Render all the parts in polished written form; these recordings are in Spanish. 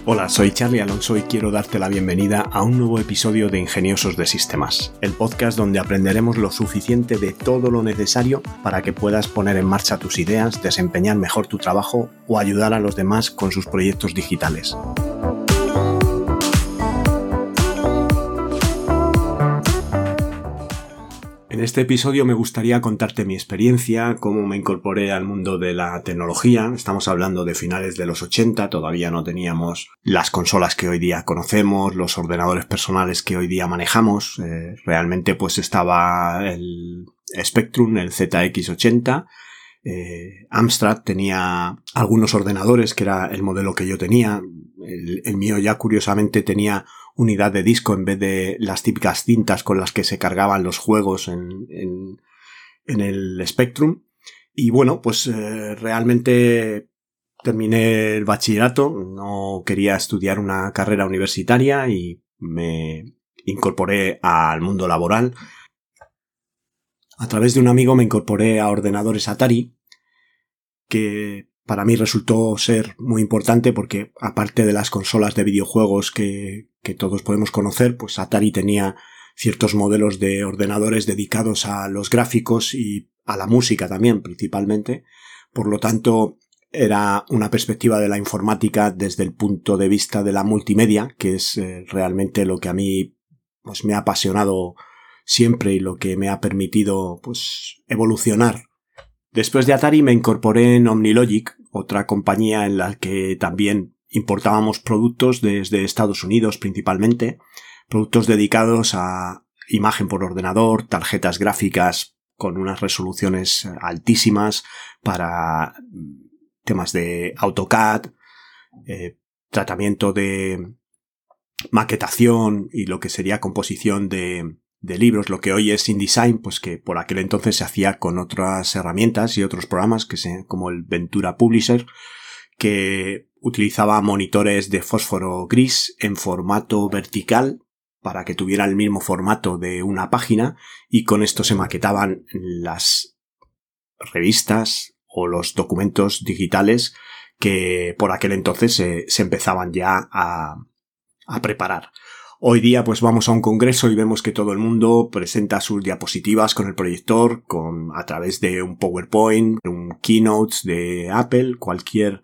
Hola, soy Charlie Alonso y quiero darte la bienvenida a un nuevo episodio de Ingeniosos de Sistemas, el podcast donde aprenderemos lo suficiente de todo lo necesario para que puedas poner en marcha tus ideas, desempeñar mejor tu trabajo o ayudar a los demás con sus proyectos digitales. En este episodio me gustaría contarte mi experiencia, cómo me incorporé al mundo de la tecnología. Estamos hablando de finales de los 80, todavía no teníamos las consolas que hoy día conocemos, los ordenadores personales que hoy día manejamos. Realmente pues estaba el Spectrum, el ZX80. Amstrad tenía algunos ordenadores, que era el modelo que yo tenía. El mío ya curiosamente tenía unidad de disco en vez de las típicas cintas con las que se cargaban los juegos en el Spectrum. Y bueno, pues realmente terminé el bachillerato, no quería estudiar una carrera universitaria y me incorporé al mundo laboral. A través de un amigo me incorporé a ordenadores Atari, que para mí resultó ser muy importante porque, aparte de las consolas de videojuegos que todos podemos conocer, pues Atari tenía ciertos modelos de ordenadores dedicados a los gráficos y a la música también, principalmente. Por lo tanto, era una perspectiva de la informática desde el punto de vista de la multimedia, que es realmente lo que a mí pues me ha apasionado siempre y lo que me ha permitido pues evolucionar. Después de Atari me incorporé en OmniLogic, otra compañía en la que también importábamos productos desde Estados Unidos principalmente, productos dedicados a imagen por ordenador, tarjetas gráficas con unas resoluciones altísimas para temas de AutoCAD, tratamiento de maquetación y lo que sería composición de libros, lo que hoy es InDesign, pues que por aquel entonces se hacía con otras herramientas y otros programas como el Ventura Publisher, que utilizaba monitores de fósforo gris en formato vertical para que tuviera el mismo formato de una página, y con esto se maquetaban las revistas o los documentos digitales que por aquel entonces se empezaban ya a preparar. Hoy día pues vamos a un congreso y vemos que todo el mundo presenta sus diapositivas con el proyector, a través de un PowerPoint, un Keynote de Apple. Cualquier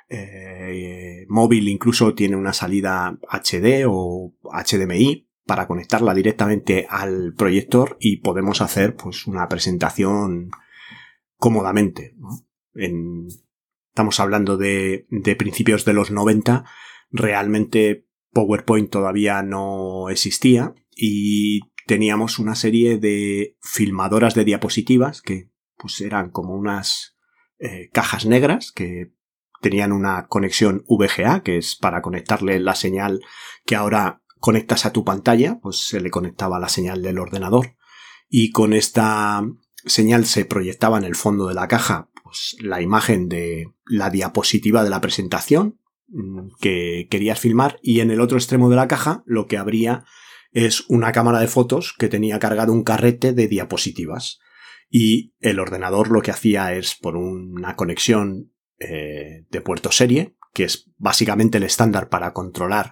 móvil incluso tiene una salida HD o HDMI para conectarla directamente al proyector y podemos hacer pues una presentación cómodamente, ¿no? Estamos hablando de principios de los 90, realmente PowerPoint todavía no existía y teníamos una serie de filmadoras de diapositivas que pues eran como unas cajas negras que tenían una conexión VGA, que es para conectarle la señal que ahora conectas a tu pantalla, pues se le conectaba la señal del ordenador y con esta señal se proyectaba en el fondo de la caja pues la imagen de la diapositiva de la presentación que querías filmar, y en el otro extremo de la caja lo que habría es una cámara de fotos que tenía cargado un carrete de diapositivas, y el ordenador lo que hacía es, por una conexión de puerto serie, que es básicamente el estándar para controlar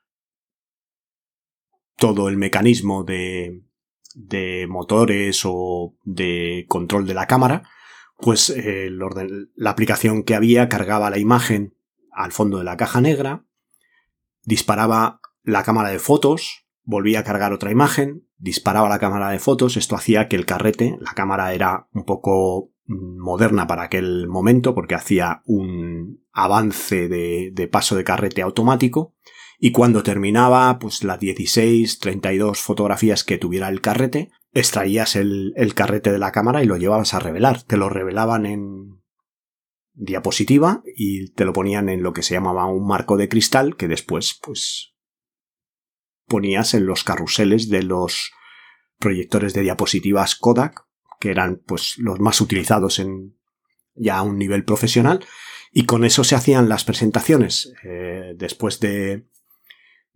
todo el mecanismo de motores o de control de la cámara, pues la aplicación que había cargaba la imagen al fondo de la caja negra, disparaba la cámara de fotos, volvía a cargar otra imagen, disparaba la cámara de fotos. Esto hacía que el carrete, la cámara era un poco moderna para aquel momento porque hacía un avance de paso de carrete automático, y cuando terminaba pues las 16, 32 fotografías que tuviera el carrete, extraías el carrete de la cámara y lo llevabas a revelar. Te lo revelaban en diapositiva y te lo ponían en lo que se llamaba un marco de cristal, que después pues ponías en los carruseles de los proyectores de diapositivas Kodak, que eran pues los más utilizados ya a un nivel profesional, y con eso se hacían las presentaciones. Después de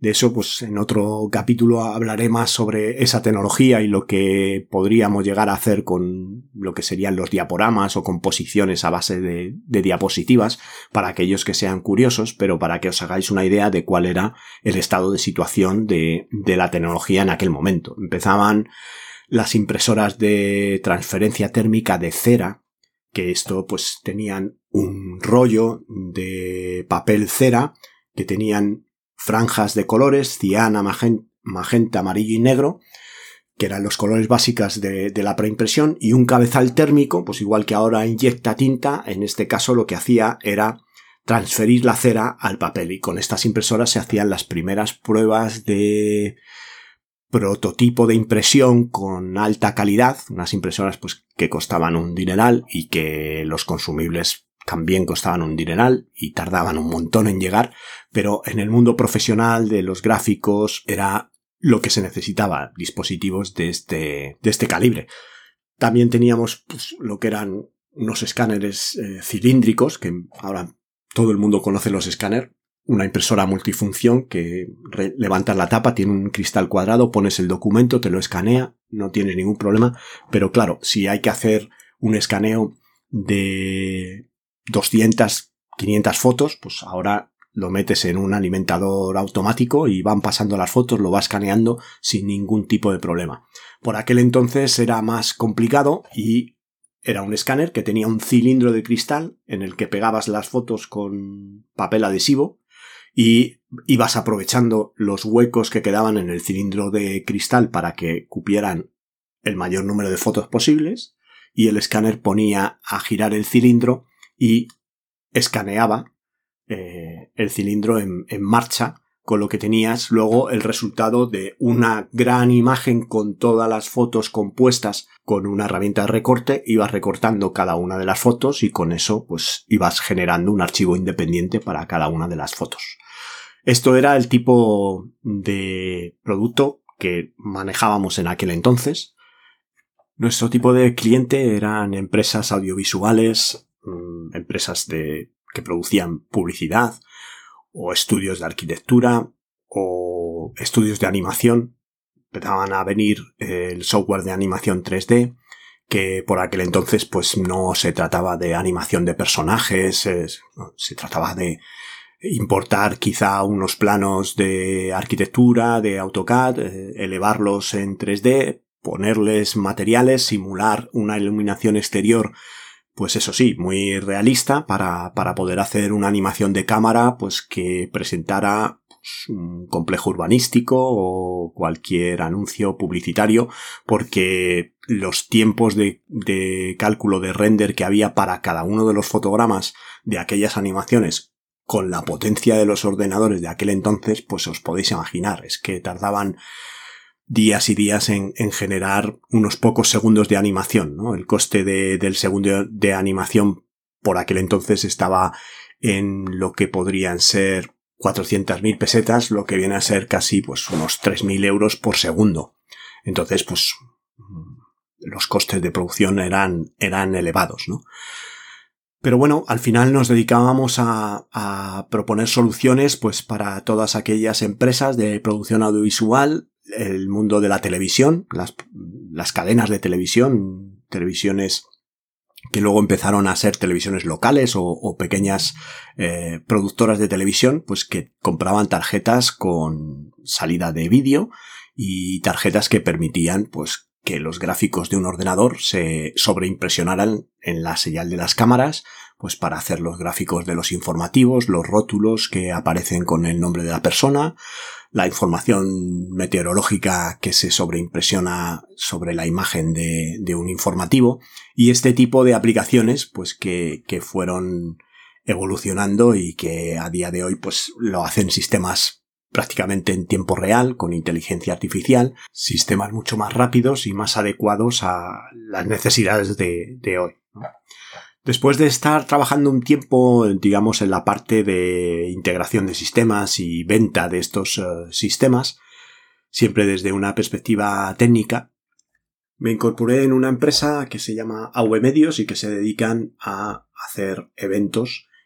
De eso, pues en otro capítulo hablaré más sobre esa tecnología y lo que podríamos llegar a hacer con lo que serían los diaporamas o composiciones a base de diapositivas, para aquellos que sean curiosos, pero para que os hagáis una idea de cuál era el estado de situación de la tecnología en aquel momento. Empezaban las impresoras de transferencia térmica de cera, que esto pues tenían un rollo de papel cera que tenían franjas de colores, ciana, magenta, amarillo y negro, que eran los colores básicos de la preimpresión, y un cabezal térmico, pues igual que ahora inyecta tinta, en este caso lo que hacía era transferir la cera al papel, y con estas impresoras se hacían las primeras pruebas de prototipo de impresión con alta calidad, unas impresoras pues que costaban un dineral y que los consumibles también costaban un dineral y tardaban un montón en llegar, pero en el mundo profesional de los gráficos era lo que se necesitaba, dispositivos de este calibre. También teníamos pues, lo que eran unos escáneres cilíndricos, que ahora todo el mundo conoce los escáneres, una impresora multifunción que levantas la tapa, tiene un cristal cuadrado, pones el documento, te lo escanea, no tienes ningún problema, pero claro, si hay que hacer un escaneo de 200, 500 fotos, pues ahora lo metes en un alimentador automático y van pasando las fotos, lo va escaneando sin ningún tipo de problema. Por aquel entonces era más complicado y era un escáner que tenía un cilindro de cristal en el que pegabas las fotos con papel adhesivo y ibas aprovechando los huecos que quedaban en el cilindro de cristal para que cupieran el mayor número de fotos posibles, y el escáner ponía a girar el cilindro y escaneaba el cilindro en marcha, con lo que tenías luego el resultado de una gran imagen con todas las fotos compuestas con una herramienta de recorte. Ibas recortando cada una de las fotos y con eso pues ibas generando un archivo independiente para cada una de las fotos. Esto era el tipo de producto que manejábamos en aquel entonces. Nuestro tipo de cliente eran empresas audiovisuales, empresas que producían publicidad, o estudios de arquitectura, o estudios de animación. Empezaban a venir el software de animación 3D, que por aquel entonces pues no se trataba de animación de personajes, se trataba de importar quizá unos planos de arquitectura, de AutoCAD, elevarlos en 3D, ponerles materiales, simular una iluminación exterior, pues eso sí, muy realista para poder hacer una animación de cámara pues que presentara pues, un complejo urbanístico o cualquier anuncio publicitario, porque los tiempos de cálculo de render que había para cada uno de los fotogramas de aquellas animaciones con la potencia de los ordenadores de aquel entonces, pues os podéis imaginar, es que tardaban días y días en generar unos pocos segundos de animación, ¿no? El coste del segundo de animación por aquel entonces estaba en lo que podrían ser 400.000 pesetas, lo que viene a ser casi pues unos 3.000 euros por segundo. Entonces, pues los costes de producción eran elevados, ¿no? Pero bueno, al final nos dedicábamos a proponer soluciones pues para todas aquellas empresas de producción audiovisual, el mundo de la televisión, las cadenas de televisión, televisiones que luego empezaron a ser televisiones locales o pequeñas productoras de televisión, pues que compraban tarjetas con salida de vídeo y tarjetas que permitían pues que los gráficos de un ordenador se sobreimpresionaran en la señal de las cámaras, pues para hacer los gráficos de los informativos, los rótulos que aparecen con el nombre de la persona, la información meteorológica que se sobreimpresiona sobre la imagen de un informativo, y este tipo de aplicaciones pues que fueron evolucionando y que a día de hoy pues lo hacen sistemas prácticamente en tiempo real, con inteligencia artificial, sistemas mucho más rápidos y más adecuados a las necesidades de hoy, ¿no? Después de estar trabajando un tiempo, digamos, en la parte de integración de sistemas y venta de estos sistemas, siempre desde una perspectiva técnica, me incorporé en una empresa que se llama AV Medios y que se dedican a hacer eventos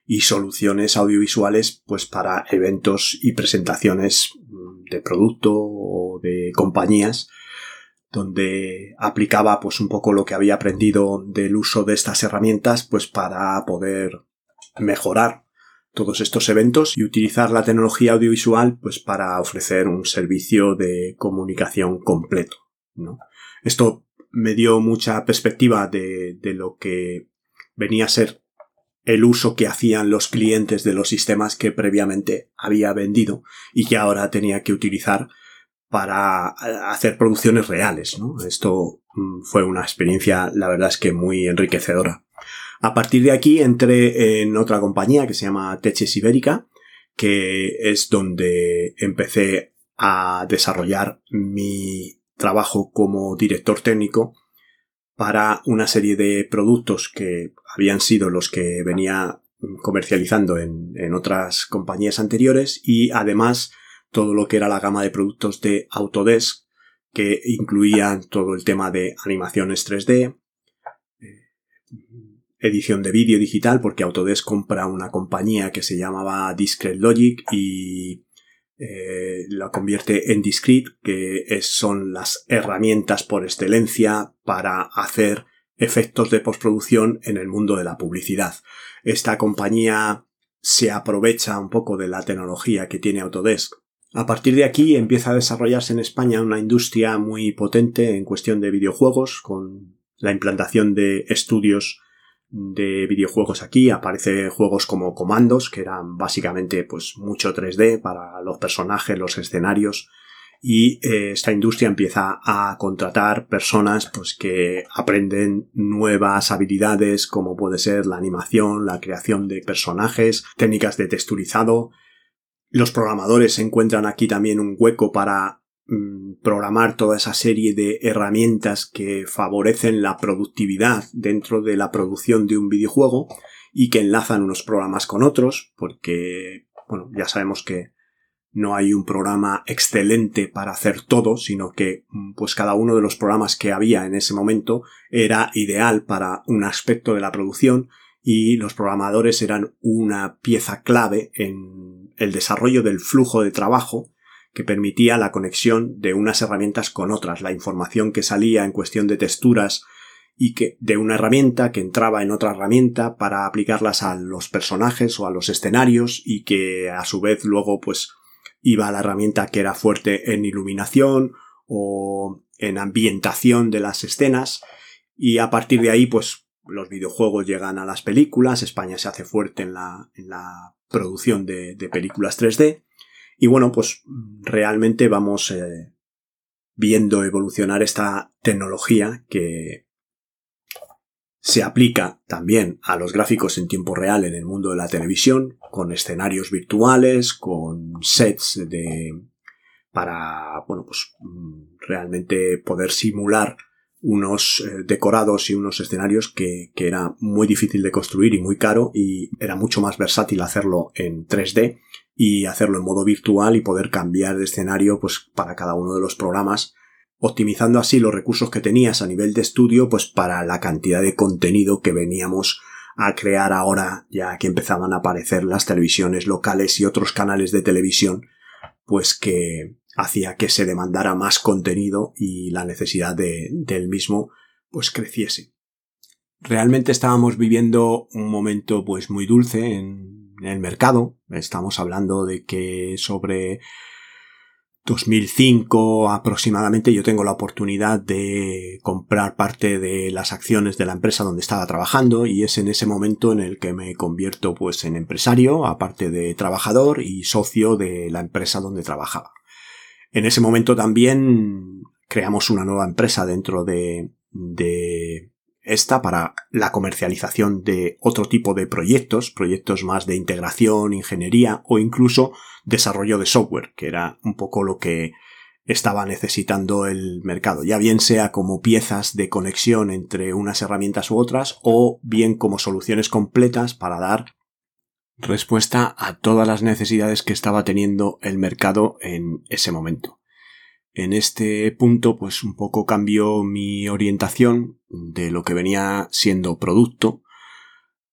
y soluciones audiovisuales pues para eventos y presentaciones de producto o de compañías, donde aplicaba pues un poco lo que había aprendido del uso de estas herramientas pues para poder mejorar todos estos eventos y utilizar la tecnología audiovisual pues para ofrecer un servicio de comunicación completo, ¿no? Esto me dio mucha perspectiva de lo que venía a ser el uso que hacían los clientes de los sistemas que previamente había vendido y que ahora tenía que utilizar para hacer producciones reales, ¿no? Esto fue una experiencia, la verdad es que muy enriquecedora. A partir de aquí entré en otra compañía que se llama Teches Ibérica, que es donde empecé a desarrollar mi trabajo como director técnico para una serie de productos que habían sido los que venía comercializando en otras compañías anteriores, y además todo lo que era la gama de productos de Autodesk, que incluían todo el tema de animaciones 3D, edición de vídeo digital, porque Autodesk compra una compañía que se llamaba Discrete Logic y la convierte en Discrete, que son las herramientas por excelencia para hacer efectos de postproducción en el mundo de la publicidad. Esta compañía se aprovecha un poco de la tecnología que tiene Autodesk. A partir de aquí empieza a desarrollarse en España una industria muy potente en cuestión de videojuegos, con la implantación de estudios de videojuegos aquí. Aparecen juegos como Commandos, que eran básicamente pues mucho 3D para los personajes, los escenarios, y esta industria empieza a contratar personas pues que aprenden nuevas habilidades, como puede ser la animación, la creación de personajes, técnicas de texturizado. Los programadores encuentran aquí también un hueco para programar toda esa serie de herramientas que favorecen la productividad dentro de la producción de un videojuego y que enlazan unos programas con otros, porque, bueno, ya sabemos que no hay un programa excelente para hacer todo, sino que pues cada uno de los programas que había en ese momento era ideal para un aspecto de la producción, y los programadores eran una pieza clave en el desarrollo del flujo de trabajo que permitía la conexión de unas herramientas con otras, la información que salía en cuestión de texturas y que de una herramienta que entraba en otra herramienta para aplicarlas a los personajes o a los escenarios, y que a su vez luego pues iba a la herramienta que era fuerte en iluminación o en ambientación de las escenas, y a partir de ahí pues los videojuegos llegan a las películas. España se hace fuerte en la producción de películas 3D. Y bueno, pues realmente vamos viendo evolucionar esta tecnología que se aplica también a los gráficos en tiempo real en el mundo de la televisión, con escenarios virtuales, con sets para, bueno, pues realmente poder simular unos decorados y unos escenarios que era muy difícil de construir y muy caro, y era mucho más versátil hacerlo en 3D y hacerlo en modo virtual y poder cambiar de escenario pues para cada uno de los programas, optimizando así los recursos que tenías a nivel de estudio pues para la cantidad de contenido que veníamos a crear ahora, ya que empezaban a aparecer las televisiones locales y otros canales de televisión, pues que hacía que se demandara más contenido y la necesidad del mismo pues creciese. Realmente estábamos viviendo un momento pues muy dulce en el mercado. Estamos hablando de que sobre 2005 aproximadamente yo tengo la oportunidad de comprar parte de las acciones de la empresa donde estaba trabajando, y es en ese momento en el que me convierto pues en empresario, aparte de trabajador y socio de la empresa donde trabajaba. En ese momento también creamos una nueva empresa dentro de esta para la comercialización de otro tipo de proyectos más de integración, ingeniería o incluso desarrollo de software, que era un poco lo que estaba necesitando el mercado, ya bien sea como piezas de conexión entre unas herramientas u otras, o bien como soluciones completas para dar respuesta a todas las necesidades que estaba teniendo el mercado en ese momento. En este punto, pues un poco cambió mi orientación de lo que venía siendo producto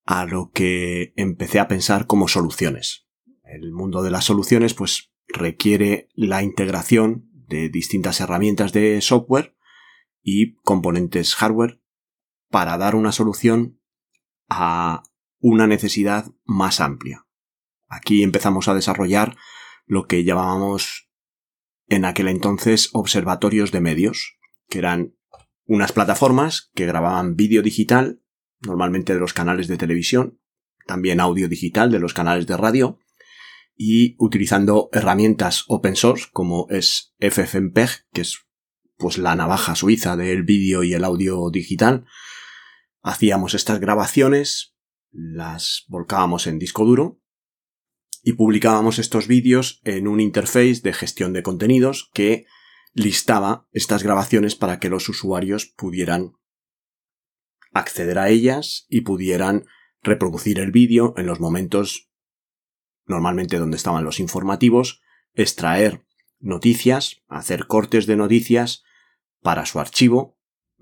a lo que empecé a pensar como soluciones. El mundo de las soluciones pues requiere la integración de distintas herramientas de software y componentes hardware para dar una solución a una necesidad más amplia. Aquí empezamos a desarrollar lo que llamábamos en aquel entonces observatorios de medios, que eran unas plataformas que grababan vídeo digital, normalmente de los canales de televisión, también audio digital de los canales de radio, y utilizando herramientas open source como es FFmpeg, que es pues la navaja suiza del vídeo y el audio digital. Hacíamos estas grabaciones, las volcábamos en disco duro y publicábamos estos vídeos en un interface de gestión de contenidos que listaba estas grabaciones para que los usuarios pudieran acceder a ellas y pudieran reproducir el vídeo en los momentos normalmente donde estaban los informativos, extraer noticias, hacer cortes de noticias para su archivo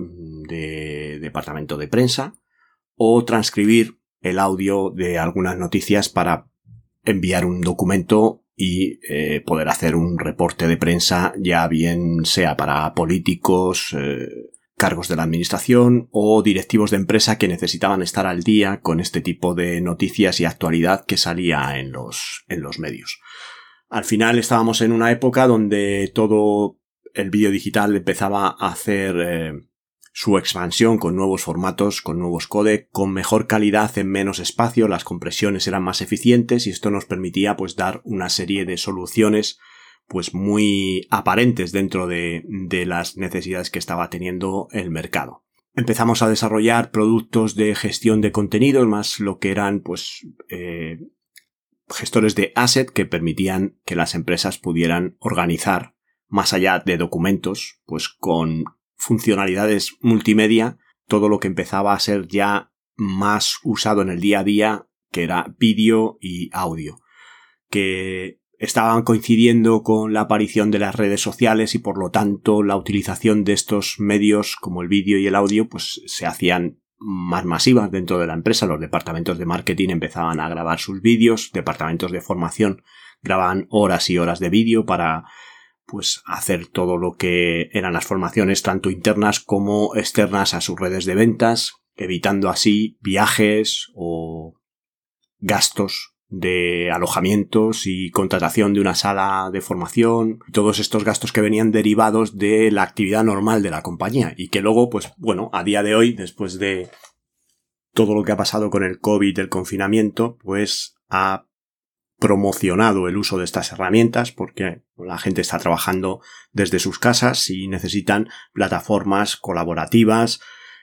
de departamento de prensa o transcribir el audio de algunas noticias para enviar un documento y poder hacer un reporte de prensa, ya bien sea para políticos, cargos de la administración o directivos de empresa que necesitaban estar al día con este tipo de noticias y actualidad que salía en los medios. Al final estábamos en una época donde todo el vídeo digital empezaba a hacer su expansión con nuevos formatos, con nuevos códecs, con mejor calidad en menos espacio, las compresiones eran más eficientes y esto nos permitía pues dar una serie de soluciones pues muy aparentes dentro de las necesidades que estaba teniendo el mercado. Empezamos a desarrollar productos de gestión de contenidos, más lo que eran pues gestores de asset que permitían que las empresas pudieran organizar más allá de documentos, pues con funcionalidades multimedia, todo lo que empezaba a ser ya más usado en el día a día, que era vídeo y audio, que estaban coincidiendo con la aparición de las redes sociales y por lo tanto la utilización de estos medios como el vídeo y el audio pues se hacían más masivas dentro de la empresa. Los departamentos de marketing empezaban a grabar sus vídeos, departamentos de formación grababan horas y horas de vídeo para pues hacer todo lo que eran las formaciones tanto internas como externas a sus redes de ventas, evitando así viajes o gastos de alojamientos y contratación de una sala de formación, todos estos gastos que venían derivados de la actividad normal de la compañía y que luego, pues bueno, a día de hoy, después de todo lo que ha pasado con el COVID, el confinamiento, pues ha promocionado el uso de estas herramientas porque la gente está trabajando desde sus casas y necesitan plataformas colaborativas,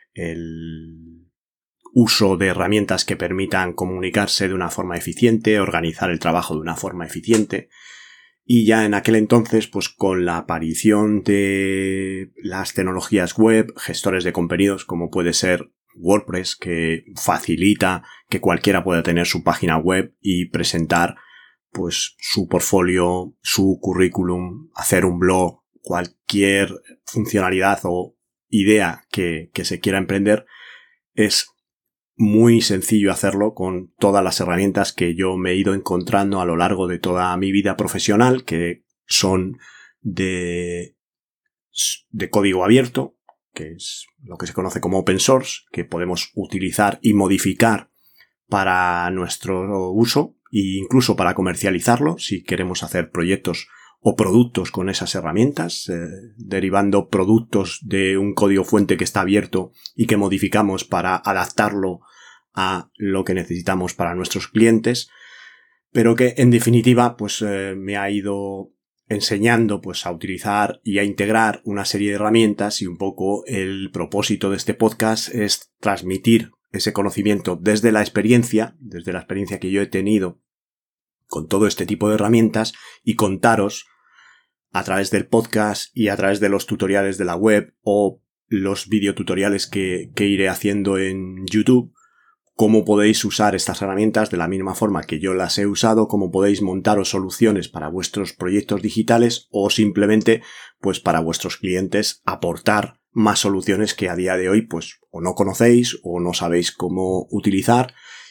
el uso de herramientas que permitan comunicarse de una forma eficiente, organizar el trabajo de una forma eficiente. Y ya en aquel entonces, pues con la aparición de las tecnologías web, gestores de contenidos como puede ser WordPress, que facilita que cualquiera pueda tener su página web y presentar pues su portfolio, su currículum, hacer un blog, cualquier funcionalidad o idea que se quiera emprender, es muy sencillo hacerlo con todas las herramientas que yo me he ido encontrando a lo largo de toda mi vida profesional, que son de código abierto, que es lo que se conoce como open source, que podemos utilizar y modificar para nuestro uso e incluso para comercializarlo si queremos hacer proyectos o productos con esas herramientas, derivando productos de un código fuente que está abierto y que modificamos para adaptarlo a lo que necesitamos para nuestros clientes, pero que en definitiva pues me ha ido enseñando pues a utilizar y a integrar una serie de herramientas y un poco el propósito de este podcast es transmitir ese conocimiento desde la experiencia que yo he tenido con todo este tipo de herramientas y contaros a través del podcast y a través de los tutoriales de la web o los videotutoriales que iré haciendo en YouTube, cómo podéis usar estas herramientas de la misma forma que yo las he usado, cómo podéis montaros soluciones para vuestros proyectos digitales o simplemente pues para vuestros clientes aportar más soluciones que a día de hoy pues o no conocéis o no sabéis cómo utilizar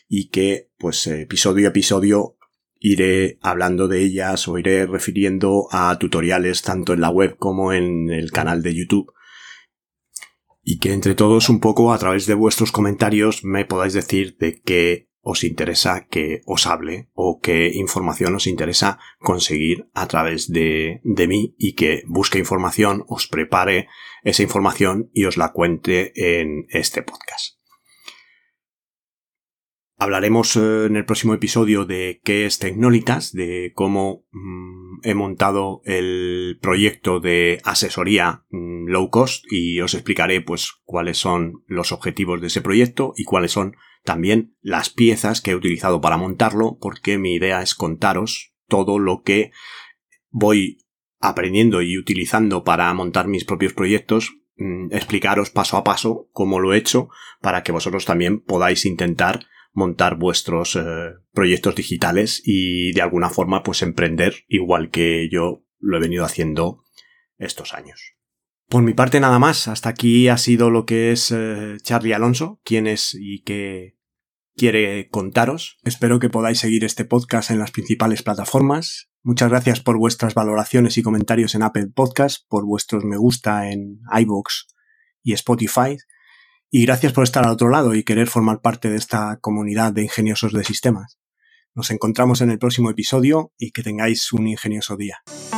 y que pues episodio a episodio iré hablando de ellas o iré refiriendo a tutoriales tanto en la web como en el canal de YouTube. Y que entre todos un poco a través de vuestros comentarios me podáis decir de qué os interesa que os hable o qué información os interesa conseguir a través de mí y que busque información, os prepare esa información y os la cuente en este podcast. Hablaremos en el próximo episodio de qué es Tecnolitas, de cómo he montado el proyecto de asesoría low cost y os explicaré pues cuáles son los objetivos de ese proyecto y cuáles son también las piezas que he utilizado para montarlo, porque mi idea es contaros todo lo que voy aprendiendo y utilizando para montar mis propios proyectos, explicaros paso a paso cómo lo he hecho para que vosotros también podáis intentar montar vuestros proyectos digitales y de alguna forma pues emprender igual que yo lo he venido haciendo estos años. Por mi parte nada más, hasta aquí ha sido lo que es Charlie Alonso, quién es y qué quiere contaros. Espero que podáis seguir este podcast en las principales plataformas. Muchas gracias por vuestras valoraciones y comentarios en Apple Podcast, por vuestros me gusta en iVoox y Spotify. Y gracias por estar al otro lado y querer formar parte de esta comunidad de ingeniosos de sistemas. Nos encontramos en el próximo episodio y que tengáis un ingenioso día.